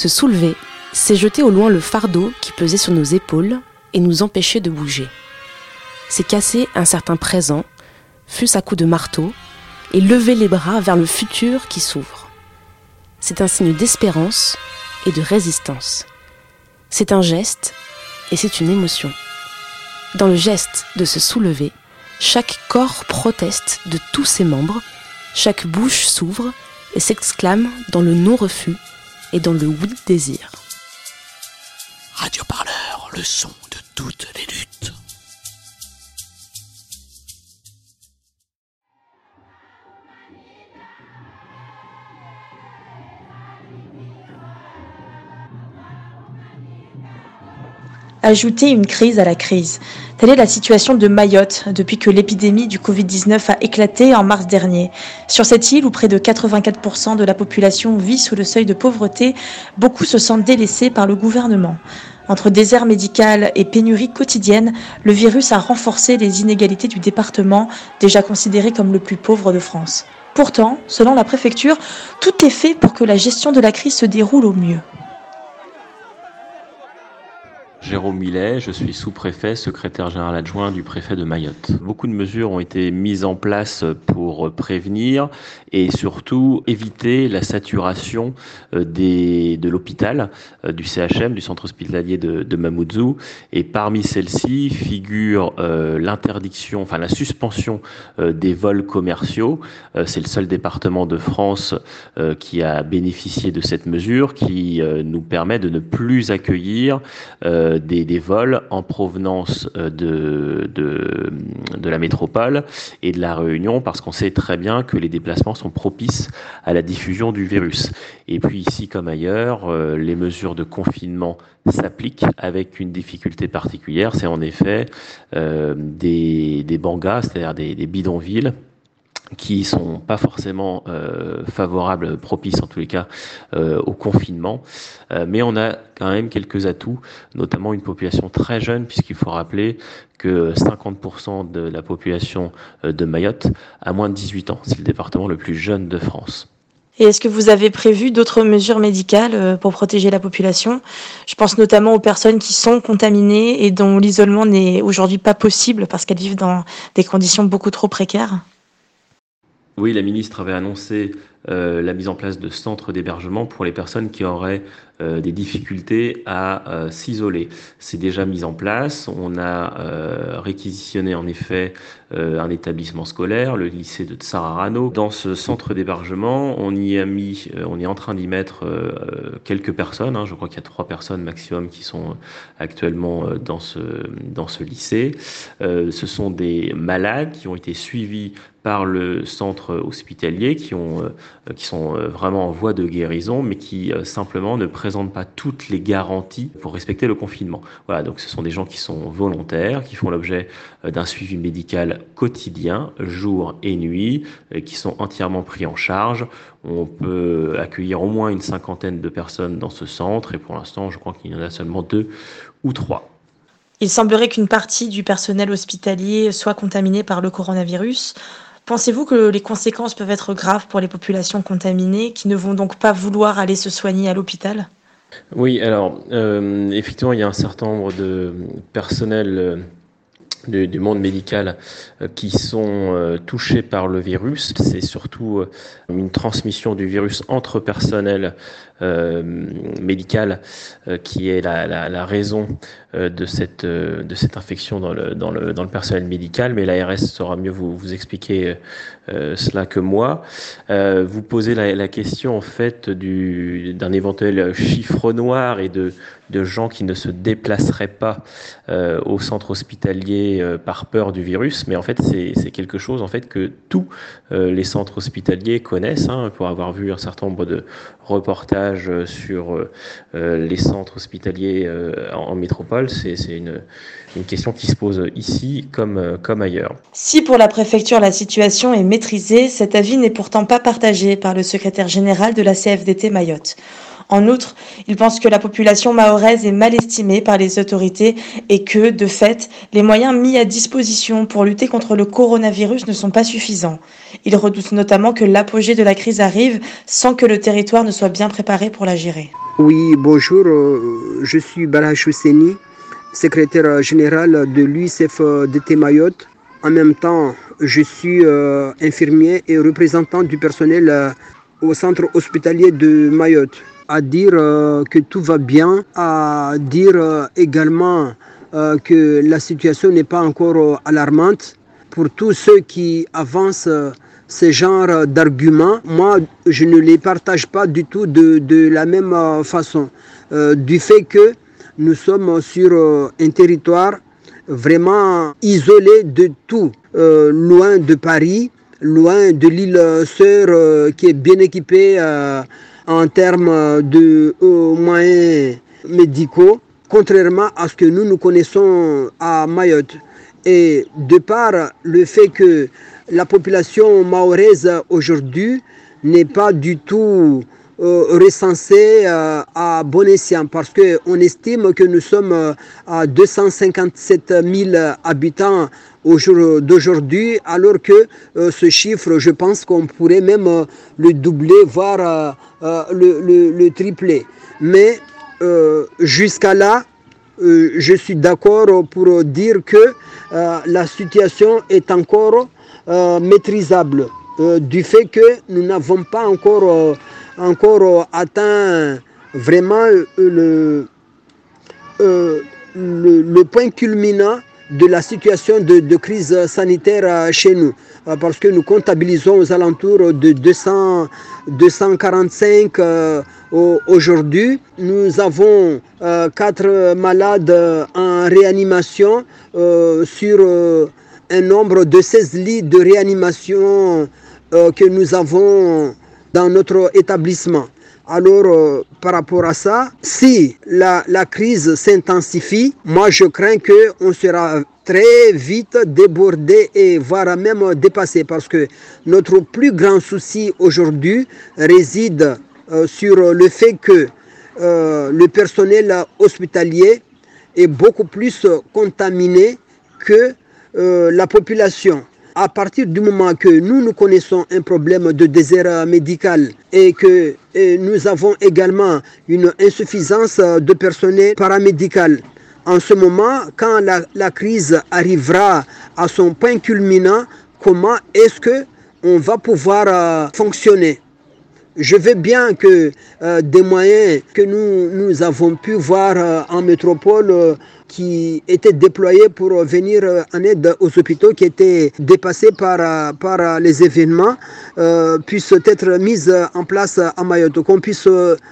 Se soulever, c'est jeter au loin le fardeau qui pesait sur nos épaules et nous empêcher de bouger. C'est casser un certain présent, fût-ce à coups de marteau, et lever les bras vers le futur qui s'ouvre. C'est un signe d'espérance et de résistance. C'est un geste et c'est une émotion. Dans le geste de se soulever, chaque corps proteste de tous ses membres, chaque bouche s'ouvre et s'exclame dans le non-refus et dans le oui-désir. Radio Parleur, le son de toutes les luttes. Ajouter une crise à la crise. Telle est la situation de Mayotte depuis que l'épidémie du Covid-19 a éclaté en mars dernier. Sur cette île où près de 84% de la population vit sous le seuil de pauvreté, beaucoup se sentent délaissés par le gouvernement. Entre désert médical et pénurie quotidienne, le virus a renforcé les inégalités du département, déjà considéré comme le plus pauvre de France. Pourtant, selon la préfecture, tout est fait pour que la gestion de la crise se déroule au mieux. Jérôme Millet, je suis sous-préfet, secrétaire général adjoint du préfet de Mayotte. Beaucoup de mesures ont été mises en place pour prévenir et surtout éviter la saturation de l'hôpital, du CHM, du centre hospitalier de Mamoudzou. Et parmi celles-ci figure l'interdiction, enfin la suspension des vols commerciaux. C'est le seul département de France qui a bénéficié de cette mesure qui nous permet de ne plus accueillir des vols en provenance de la métropole et de la Réunion parce qu'on sait très bien que les déplacements sont propices à la diffusion du virus. Et puis ici comme ailleurs, les mesures de confinement s'appliquent avec une difficulté particulière, c'est en effet des bangas, c'est-à-dire des bidonvilles qui sont pas forcément favorables, propices en tous les cas au confinement, mais on a quand même quelques atouts, notamment une population très jeune, puisqu'il faut rappeler que 50% de la population de Mayotte a moins de 18 ans. C'est le département le plus jeune de France. Et est-ce que vous avez prévu d'autres mesures médicales pour protéger la population ? Je pense notamment aux personnes qui sont contaminées et dont l'isolement n'est aujourd'hui pas possible parce qu'elles vivent dans des conditions beaucoup trop précaires. Oui, la ministre avait annoncé la mise en place de centres d'hébergement pour les personnes qui auraient des difficultés à s'isoler. C'est déjà mis en place. On a réquisitionné en effet un établissement scolaire, le lycée de Tsararano. Dans ce centre d'hébergement, on est en train d'y mettre quelques personnes. Je crois qu'il y a 3 personnes maximum qui sont actuellement dans ce lycée. Ce sont des malades qui ont été suivis par le centre hospitalier, qui sont vraiment en voie de guérison, mais qui simplement ne présentent pas toutes les garanties pour respecter le confinement. Voilà, donc ce sont des gens qui sont volontaires, qui font l'objet d'un suivi médical quotidien, jour et nuit, qui sont entièrement pris en charge. On peut accueillir au moins une 50aine de personnes dans ce centre, et pour l'instant, je crois qu'il y en a seulement 2 ou 3. Il semblerait qu'une partie du personnel hospitalier soit contaminée par le coronavirus. Pensez-vous que les conséquences peuvent être graves pour les populations contaminées qui ne vont donc pas vouloir aller se soigner à l'hôpital ? Oui, alors effectivement, il y a un certain nombre de personnels du monde médical qui sont touchés par le virus. C'est surtout une transmission du virus entre personnel médical qui est la raison de cette infection dans le personnel médical, mais l'ARS saura mieux vous expliquer cela que moi. Vous posez la question en fait d'un éventuel chiffre noir et de gens qui ne se déplaceraient pas au centre hospitalier par peur du virus, mais en fait c'est quelque chose en fait que tous les centres hospitaliers connaissent, pour avoir vu un certain nombre de reportages sur les centres hospitaliers en métropole. C'est une question qui se pose ici comme ailleurs. Si pour la préfecture la situation est maîtrisée, cet avis n'est pourtant pas partagé par le secrétaire général de la CFDT Mayotte. En outre, il pense que la population mahoraise est mal estimée par les autorités et que, de fait, les moyens mis à disposition pour lutter contre le coronavirus ne sont pas suffisants. Il redoute notamment que l'apogée de la crise arrive sans que le territoire ne soit bien préparé pour la gérer. Oui, bonjour, je suis Balach Housseni, secrétaire général de l'UICF DT Mayotte. En même temps, je suis infirmier et représentant du personnel au centre hospitalier de Mayotte. À dire que tout va bien, à dire également que la situation n'est pas encore alarmante. Pour tous ceux qui avancent ce genre d'arguments, moi, je ne les partage pas du tout de la même façon. Du fait que nous sommes sur un territoire vraiment isolé de tout, loin de Paris, loin de l'île Sœur qui est bien équipée en termes de moyens médicaux, contrairement à ce que nous connaissons à Mayotte. Et de par le fait que la population mahoraise aujourd'hui n'est pas du tout recensée à bon escient, parce qu'on estime que nous sommes à 257 000 habitants au jour d'aujourd'hui, alors que ce chiffre, je pense qu'on pourrait même le doubler, voire le tripler. Mais jusqu'à là, je suis d'accord pour dire que la situation est encore maîtrisable, du fait que nous n'avons pas encore atteint vraiment le point culminant de la situation de crise sanitaire chez nous, parce que nous comptabilisons aux alentours de 245 aujourd'hui. Nous avons 4 malades en réanimation sur un nombre de 16 lits de réanimation que nous avons dans notre établissement. Alors, par rapport à ça, si la crise s'intensifie, moi je crains qu'on sera très vite débordé et voire même dépassé, parce que notre plus grand souci aujourd'hui réside sur le fait que le personnel hospitalier est beaucoup plus contaminé que la population. À partir du moment que nous connaissons un problème de désert médical et que nous avons également une insuffisance de personnel paramédical, en ce moment, quand la crise arrivera à son point culminant, comment est-ce qu'on va pouvoir fonctionner ? Je veux bien que des moyens que nous avons pu voir en métropole qui étaient déployés pour venir en aide aux hôpitaux qui étaient dépassés par les événements puissent être mis en place à Mayotte, qu'on puisse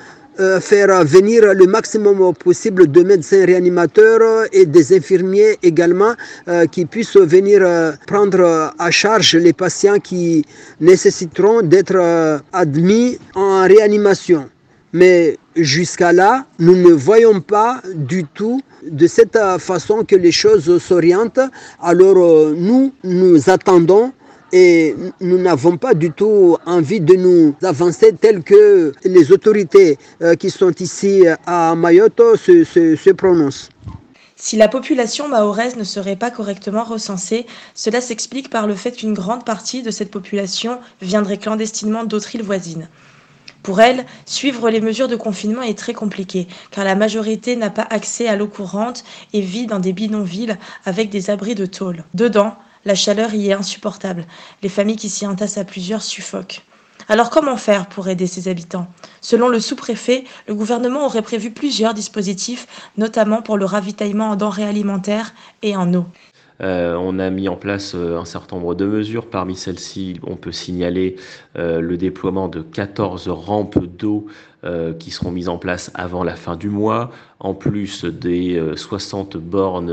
faire venir le maximum possible de médecins réanimateurs et des infirmiers également qui puissent venir prendre à charge les patients qui nécessiteront d'être admis en réanimation. Mais jusqu'à là, nous ne voyons pas du tout de cette façon que les choses s'orientent. Alors nous attendons. Et nous n'avons pas du tout envie de nous avancer tel que les autorités qui sont ici à Mayotte se prononcent. Si la population mahoraise ne serait pas correctement recensée, cela s'explique par le fait qu'une grande partie de cette population viendrait clandestinement d'autres îles voisines. Pour elle, suivre les mesures de confinement est très compliqué, car la majorité n'a pas accès à l'eau courante et vit dans des bidonvilles avec des abris de tôle. Dedans, la chaleur y est insupportable. Les familles qui s'y entassent à plusieurs suffoquent. Alors comment faire pour aider ces habitants ? Selon le sous-préfet, le gouvernement aurait prévu plusieurs dispositifs, notamment pour le ravitaillement en denrées alimentaires et en eau. On a mis en place un certain nombre de mesures. Parmi celles-ci, on peut signaler le déploiement de 14 rampes d'eau qui seront mises en place avant la fin du mois, en plus des 60 bornes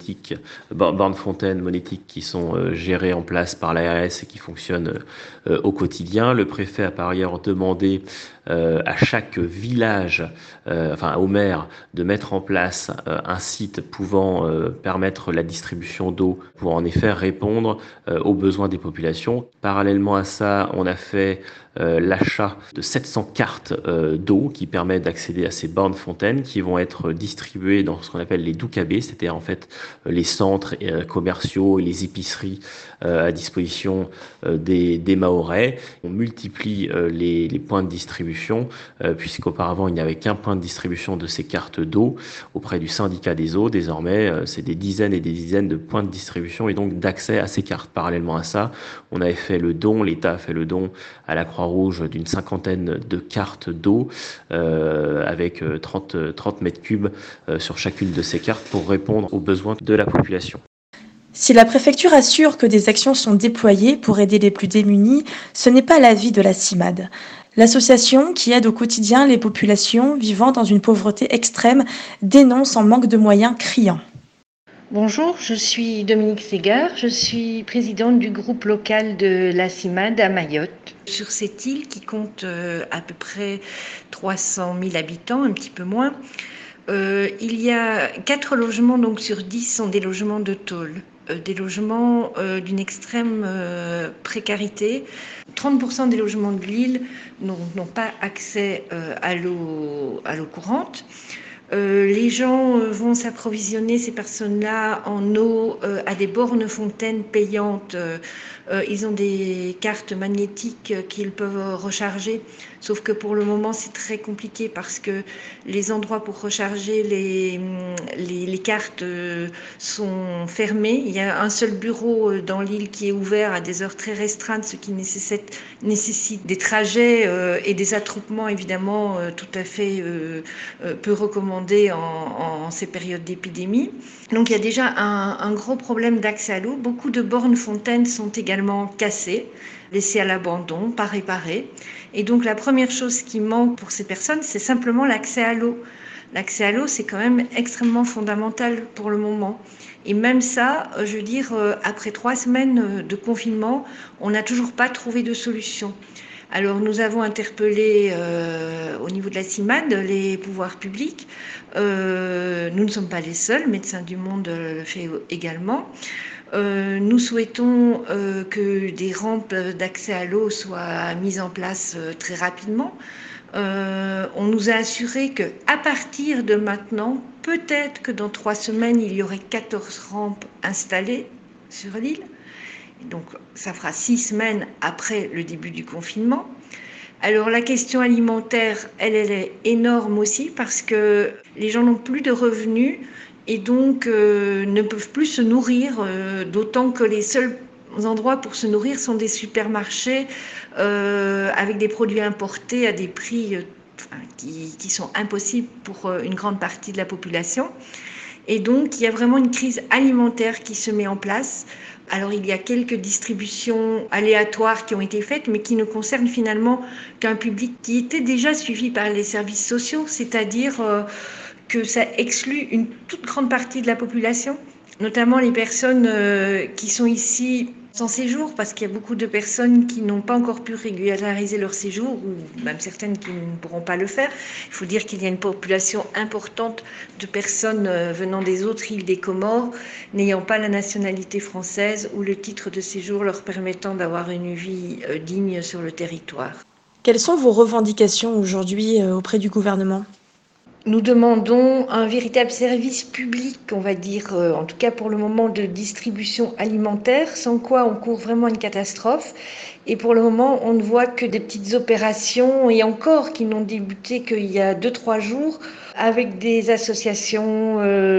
fontaines monétiques qui sont gérées en place par l'ARS et qui fonctionnent au quotidien. Le préfet a par ailleurs demandé à chaque village, au maire, de mettre en place un site pouvant permettre la distribution d'eau pour en effet répondre aux besoins des populations. Parallèlement à ça, on a fait l'achat de 700 cartes d'eau qui permettent d'accéder à ces bornes fontaines qui vont être distribuées dans ce qu'on appelle les doukabés, c'est-à-dire en fait les centres commerciaux et les épiceries à disposition des Mahorais. On multiplie les points de distribution puisqu'auparavant il n'y avait qu'un point de distribution de ces cartes d'eau auprès du syndicat des eaux. Désormais, c'est des dizaines et des dizaines de points de distribution et donc d'accès à ces cartes. Parallèlement à ça, on avait fait le don, l'État a fait le don à la Croix-Rouge d'une 50aine de cartes d'eau avec 30 mètres cubes sur chacune de ces cartes pour répondre aux besoins de la population. Si la préfecture assure que des actions sont déployées pour aider les plus démunis, ce n'est pas l'avis de la CIMAD. L'association, qui aide au quotidien les populations vivant dans une pauvreté extrême, dénonce un manque de moyens criant. Bonjour, je suis Dominique Ségard, je suis présidente du groupe local de la CIMAD à Mayotte. Sur cette île qui compte à peu près 300 000 habitants, un petit peu moins, il y a 4 logements donc sur 10 sont des logements de tôle, des logements d'une extrême précarité. 30% des logements de l'île n'ont pas accès à l'eau courante. Les gens vont s'approvisionner, ces personnes-là, en eau à des bornes fontaines payantes. Ils ont des cartes magnétiques qu'ils peuvent recharger, sauf que pour le moment c'est très compliqué parce que les endroits pour recharger les cartes sont fermés. Il y a un seul bureau dans l'île qui est ouvert à des heures très restreintes, ce qui nécessite des trajets et des attroupements évidemment tout à fait peu recommandés en ces périodes d'épidémie. Donc il y a déjà un gros problème d'accès à l'eau. Beaucoup de bornes fontaines sont également cassées, laissées à l'abandon, pas réparées. Et donc la première chose qui manque pour ces personnes, c'est simplement l'accès à l'eau. L'accès à l'eau, c'est quand même extrêmement fondamental pour le moment. Et même ça, je veux dire, après 3 semaines de confinement, on n'a toujours pas trouvé de solution. Alors nous avons interpellé au niveau de la CIMAD les pouvoirs publics. Nous ne sommes pas les seuls, Médecins du Monde le fait également. Nous souhaitons que des rampes d'accès à l'eau soient mises en place très rapidement. On nous a assuré qu'à partir de maintenant, peut-être que dans 3 semaines, il y aurait 14 rampes installées sur l'île. Donc ça fera 6 semaines après le début du confinement. Alors la question alimentaire, elle est énorme aussi parce que les gens n'ont plus de revenus et donc ne peuvent plus se nourrir, d'autant que les seuls endroits pour se nourrir sont des supermarchés avec des produits importés à des prix qui sont impossibles pour une grande partie de la population. Et donc, il y a vraiment une crise alimentaire qui se met en place. Alors, il y a quelques distributions aléatoires qui ont été faites, mais qui ne concernent finalement qu'un public qui était déjà suivi par les services sociaux, c'est-à-dire que ça exclut une toute grande partie de la population, notamment les personnes qui sont ici sans séjour, parce qu'il y a beaucoup de personnes qui n'ont pas encore pu régulariser leur séjour, ou même certaines qui ne pourront pas le faire. Il faut dire qu'il y a une population importante de personnes venant des autres îles des Comores, n'ayant pas la nationalité française ou le titre de séjour leur permettant d'avoir une vie digne sur le territoire. Quelles sont vos revendications aujourd'hui auprès du gouvernement ? Nous demandons un véritable service public, on va dire, en tout cas pour le moment, de distribution alimentaire, sans quoi on court vraiment une catastrophe. Et pour le moment, on ne voit que des petites opérations, et encore qui n'ont débuté qu'il y a 2-3 jours, avec des associations,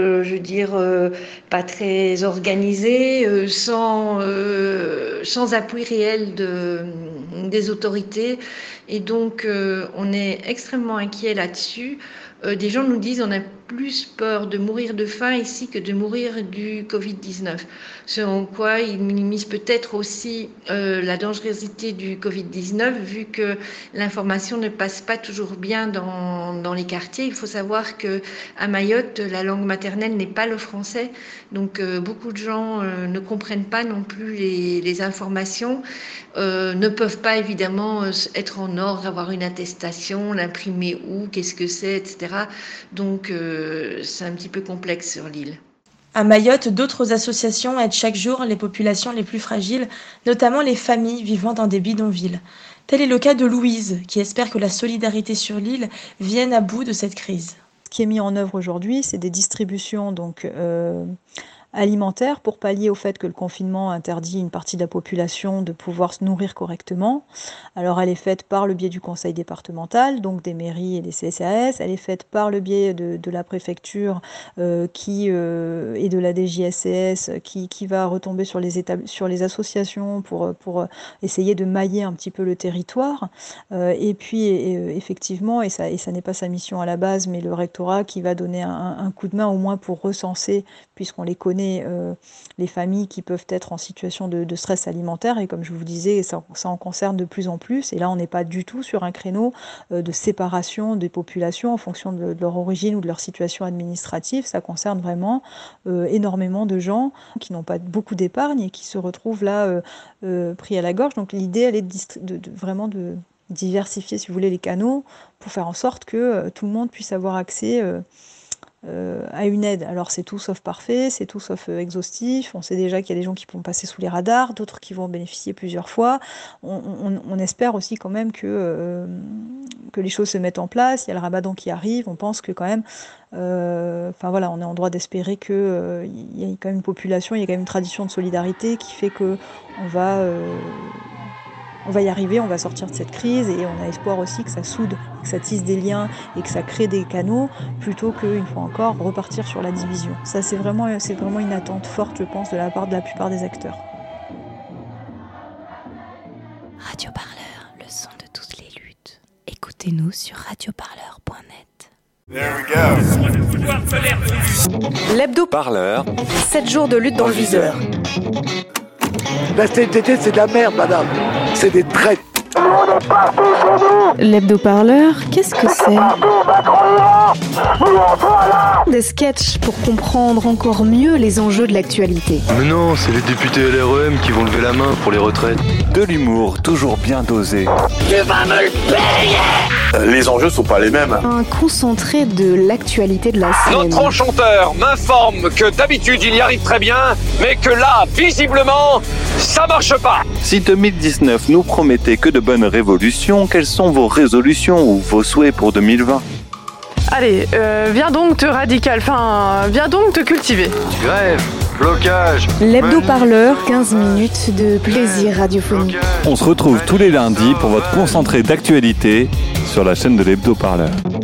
pas très organisées, sans appui réel des autorités. Et donc, on est extrêmement inquiet là-dessus. Des gens nous disent on a plus peur de mourir de faim ici que de mourir du Covid-19. Selon quoi ils minimisent peut-être aussi la dangerosité du Covid-19 vu que l'information ne passe pas toujours bien dans les quartiers. Il faut savoir qu'à Mayotte, la langue maternelle n'est pas le français. Donc beaucoup de gens ne comprennent pas non plus les informations, ne peuvent pas évidemment être en ordre, avoir une attestation, l'imprimer où, qu'est-ce que c'est, etc. Donc c'est un petit peu complexe sur l'île. À Mayotte, d'autres associations aident chaque jour les populations les plus fragiles, notamment les familles vivant dans des bidonvilles. Tel est le cas de Louise, qui espère que la solidarité sur l'île vienne à bout de cette crise. Ce qui est mis en œuvre aujourd'hui, c'est des distributions alimentaire pour pallier au fait que le confinement interdit une partie de la population de pouvoir se nourrir correctement. Alors elle est faite par le biais du conseil départemental, donc des mairies et des CCAS. Elle est faite par le biais de la préfecture et de la DJSCS qui va retomber sur les associations pour essayer de mailler un petit peu le territoire. Et puis effectivement, et ça n'est pas sa mission à la base, mais le rectorat qui va donner un coup de main au moins pour recenser, puisqu'on les connaît, les familles qui peuvent être en situation de stress alimentaire. Et comme je vous disais, ça en concerne de plus en plus. Et là, on n'est pas du tout sur un créneau de séparation des populations en fonction de leur origine ou de leur situation administrative. Ça concerne vraiment énormément de gens qui n'ont pas beaucoup d'épargne et qui se retrouvent là pris à la gorge. Donc l'idée, elle est vraiment de diversifier, si vous voulez, les canaux pour faire en sorte que tout le monde puisse avoir accès à une aide. Alors c'est tout sauf parfait, c'est tout sauf exhaustif. On sait déjà qu'il y a des gens qui vont passer sous les radars, d'autres qui vont en bénéficier plusieurs fois. On espère aussi quand même que les choses se mettent en place. Il y a le Ramadan qui arrive. On pense que quand même, on est en droit d'espérer qu'il y a quand même une population, il y a quand même une tradition de solidarité qui fait que on va y arriver, on va sortir de cette crise et on a espoir aussi que ça soude, que ça tisse des liens et que ça crée des canaux plutôt qu'une fois encore repartir sur la division. Ça c'est vraiment une attente forte, je pense, de la part de la plupart des acteurs. Radio Parleur, le son de toutes les luttes. Écoutez-nous sur radioparleur.net. L'hebdo Parleur. 7 jours de lutte dans le viseur. La CNTT, c'est de la merde, madame. C'est des traîtres. L'hebdo-parleur, qu'est-ce que c'est ? Des sketchs pour comprendre encore mieux les enjeux de l'actualité. Mais non, c'est les députés LREM qui vont lever la main pour les retraites. De l'humour, toujours bien dosé. Tu vas me le payer. Les enjeux sont pas les mêmes. Un concentré de l'actualité de la scène. Notre enchanteur m'informe que d'habitude il y arrive très bien, mais que là, visiblement, ça marche pas. Si 2019 nous promettait que de bonnes révolutions, quelles sont vos résolutions ou vos souhaits pour 2020 ? Allez, viens donc viens donc te cultiver. Grève, blocage. L'hebdo-parleur, 15 minutes de plaisir radiophonique. On se retrouve tous les lundis pour votre concentré d'actualité sur la chaîne de l'hebdo-parleur.